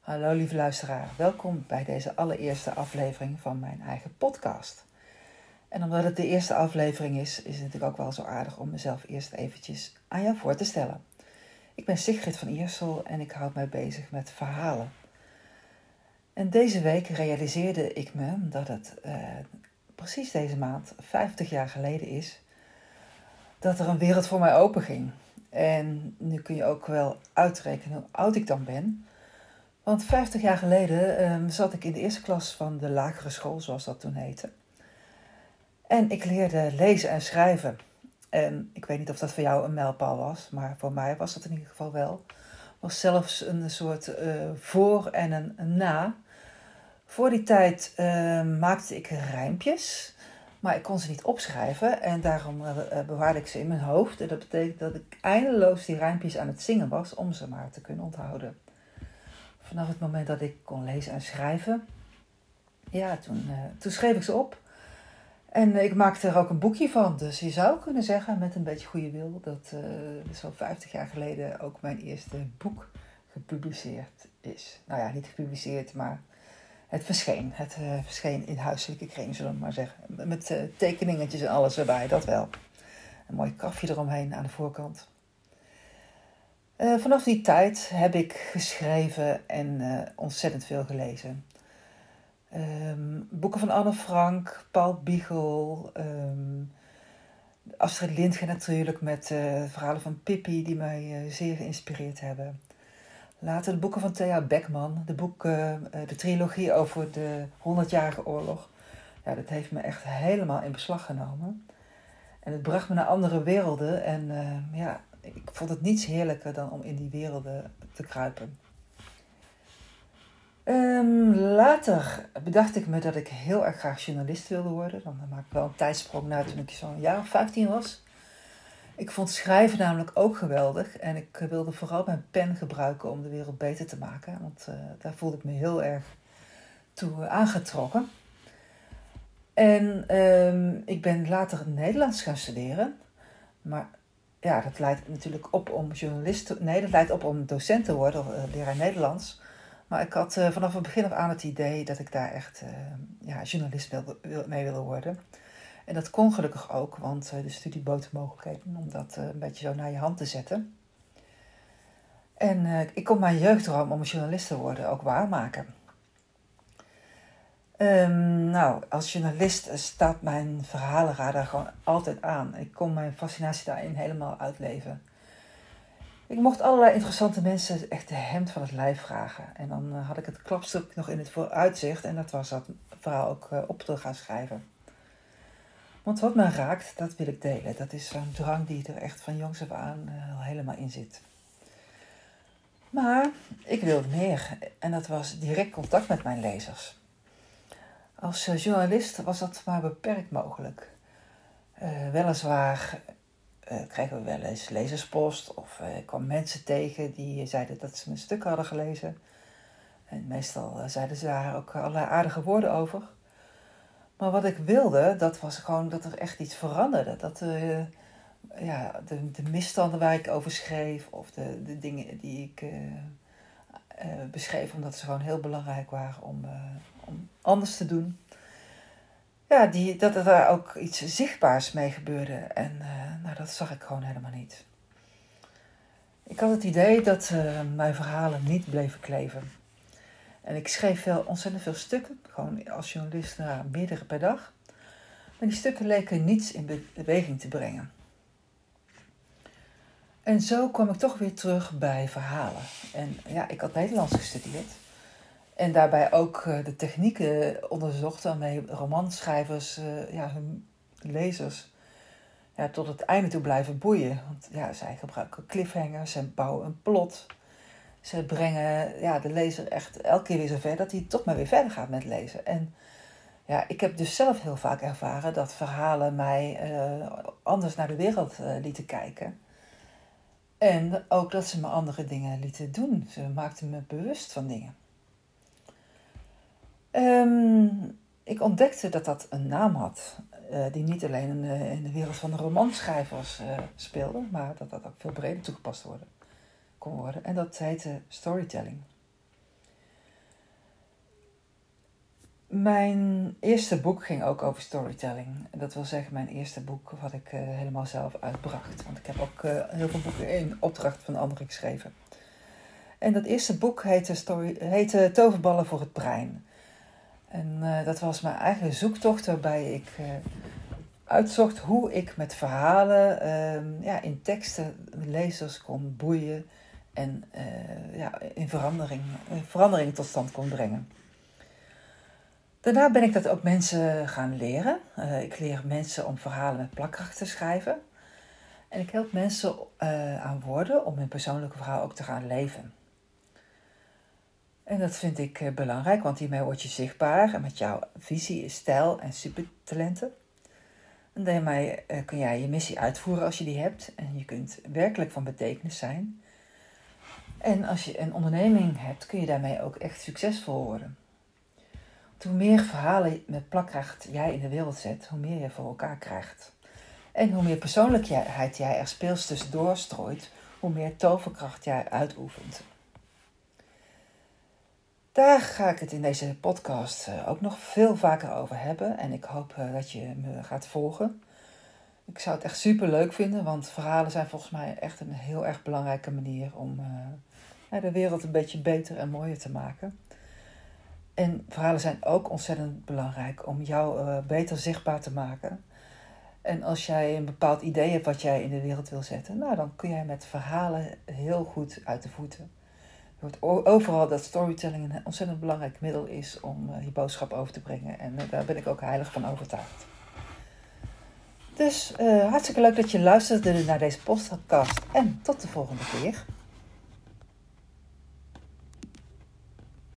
Hallo lieve luisteraar, welkom bij deze allereerste aflevering van mijn eigen podcast. En omdat het de eerste aflevering is het natuurlijk ook wel zo aardig om mezelf eerst eventjes aan jou voor te stellen. Ik ben Sigrid van Iersel en ik houd mij bezig met verhalen. En deze week realiseerde ik me dat het precies deze maand 50 jaar geleden is dat er een wereld voor mij openging. En nu kun je ook wel uitrekenen hoe oud ik dan ben. Want 50 jaar geleden zat ik in de eerste klas van de lagere school, zoals dat toen heette. En ik leerde lezen en schrijven. En ik weet niet of dat voor jou een mijlpaal was, maar voor mij was dat in ieder geval wel. Was zelfs een soort voor en een na. Voor die tijd maakte ik rijmpjes, maar ik kon ze niet opschrijven. En daarom bewaarde ik ze in mijn hoofd. En dat betekent dat ik eindeloos die rijmpjes aan het zingen was om ze maar te kunnen onthouden. Vanaf het moment dat ik kon lezen en schrijven, ja, toen schreef ik ze op. En ik maakte er ook een boekje van. Dus je zou kunnen zeggen, met een beetje goede wil, dat zo'n 50 jaar geleden ook mijn eerste boek gepubliceerd is. Nou ja, niet gepubliceerd, maar het verscheen. Het verscheen in huiselijke kring, zullen we maar zeggen. Met tekeningetjes en alles erbij, dat wel. Een mooi kafje eromheen aan de voorkant. Vanaf die tijd heb ik geschreven en ontzettend veel gelezen. Boeken van Anne Frank, Paul Biegel, Astrid Lindgren natuurlijk met verhalen van Pippi die mij zeer geïnspireerd hebben. Later de boeken van Thea Beckman, de trilogie over de 100-jarige oorlog. Ja, dat heeft me echt helemaal in beslag genomen. En het bracht me naar andere werelden en ik vond het niets heerlijker dan om in die werelden te kruipen. Later bedacht ik me dat ik heel erg graag journalist wilde worden. Dan maak ik wel een tijdsprong naar toen ik zo'n jaar of 15 was. Ik vond schrijven namelijk ook geweldig. En ik wilde vooral mijn pen gebruiken om de wereld beter te maken. Want daar voelde ik me heel erg toe aangetrokken. En ik ben later Nederlands gaan studeren. Maar ja, dat leidt natuurlijk op om dat leidt op om docent te worden, of leraar Nederlands. Maar ik had vanaf het begin af aan het idee dat ik daar echt journalist mee wilde worden. En dat kon gelukkig ook, want de studie bood de mogelijkheden om dat een beetje zo naar je hand te zetten. En ik kon mijn jeugddroom om een journalist te worden ook waarmaken. Als journalist staat mijn verhalenradar gewoon altijd aan. Ik kon mijn fascinatie daarin helemaal uitleven. Ik mocht allerlei interessante mensen echt de hemd van het lijf vragen. En dan had ik het klapstuk nog in het vooruitzicht. En dat was dat verhaal ook op te gaan schrijven. Want wat me raakt, dat wil ik delen. Dat is zo'n drang die er echt van jongs af aan helemaal in zit. Maar ik wilde meer. En dat was direct contact met mijn lezers. Als journalist was dat maar beperkt mogelijk. Weliswaar kregen we wel eens lezerspost of ik kwam mensen tegen die zeiden dat ze mijn stuk hadden gelezen. En meestal zeiden ze daar ook allerlei aardige woorden over. Maar wat ik wilde, dat was gewoon dat er echt iets veranderde. Dat de misstanden waar ik over schreef of de dingen die ik beschreef, omdat ze gewoon heel belangrijk waren om anders te doen. Ja, dat er daar ook iets zichtbaars mee gebeurde. En dat zag ik gewoon helemaal niet. Ik had het idee dat mijn verhalen niet bleven kleven. En ik schreef ontzettend veel stukken. Gewoon als journalist meerdere per dag. Maar die stukken leken niets in beweging te brengen. En zo kwam ik toch weer terug bij verhalen. En ja, ik had Nederlands gestudeerd. En daarbij ook de technieken onderzocht waarmee romanschrijvers hun lezers tot het einde toe blijven boeien. Want ja, zij gebruiken cliffhangers, zij bouwen een plot. Ze brengen de lezer echt elke keer weer zo ver dat hij toch maar weer verder gaat met lezen. En ja, ik heb dus zelf heel vaak ervaren dat verhalen mij anders naar de wereld lieten kijken. En ook dat ze me andere dingen lieten doen. Ze maakten me bewust van dingen. Ik ontdekte dat dat een naam had, die niet alleen in de wereld van de romanschrijvers speelde, maar dat dat ook veel breder toegepast kon worden. En dat heette storytelling. Mijn eerste boek ging ook over storytelling. Dat wil zeggen mijn eerste boek wat ik helemaal zelf uitbracht. Want ik heb ook heel veel boeken in opdracht van anderen geschreven. En dat eerste boek heette Toverballen voor het brein. En dat was mijn eigen zoektocht waarbij ik uitzocht hoe ik met verhalen in teksten lezers kon boeien en in verandering tot stand kon brengen. Daarna ben ik dat ook mensen gaan leren. Ik leer mensen om verhalen met plakkracht te schrijven. En ik help mensen aan woorden om hun persoonlijke verhaal ook te gaan leven. En dat vind ik belangrijk, want hiermee word je zichtbaar en met jouw visie, stijl en supertalenten. En daarmee kun jij je missie uitvoeren als je die hebt. En je kunt werkelijk van betekenis zijn. En als je een onderneming hebt, kun je daarmee ook echt succesvol worden. Want hoe meer verhalen met plakkracht jij in de wereld zet, hoe meer je voor elkaar krijgt. En hoe meer persoonlijkheid jij er speels tussendoor strooit, hoe meer toverkracht jij uitoefent. Daar ga ik het in deze podcast ook nog veel vaker over hebben. En ik hoop dat je me gaat volgen. Ik zou het echt super leuk vinden, want verhalen zijn volgens mij echt een heel erg belangrijke manier om de wereld een beetje beter en mooier te maken. En verhalen zijn ook ontzettend belangrijk om jou beter zichtbaar te maken. En als jij een bepaald idee hebt wat jij in de wereld wil zetten, dan kun jij met verhalen heel goed uit de voeten. Je hoort overal dat storytelling een ontzettend belangrijk middel is om je boodschap over te brengen. En daar ben ik ook heilig van overtuigd. Dus hartstikke leuk dat je luisterde naar deze podcast. En tot de volgende keer.